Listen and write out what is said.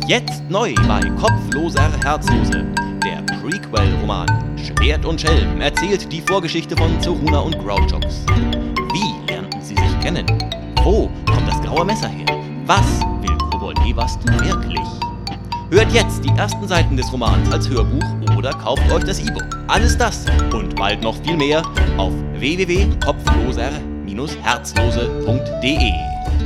Jetzt neu bei Kopfloser Herzlose. Der Prequel-Roman Schwert und Schelm erzählt die Vorgeschichte von Zoruna und Grouchox. Wie lernten sie sich kennen? Wo kommt das graue Messer her? Was will Kobold Evast wirklich? Hört jetzt die ersten Seiten des Romans als Hörbuch oder kauft euch das E-Book. Alles das und bald noch viel mehr auf www.kopfloser-herzlose.de.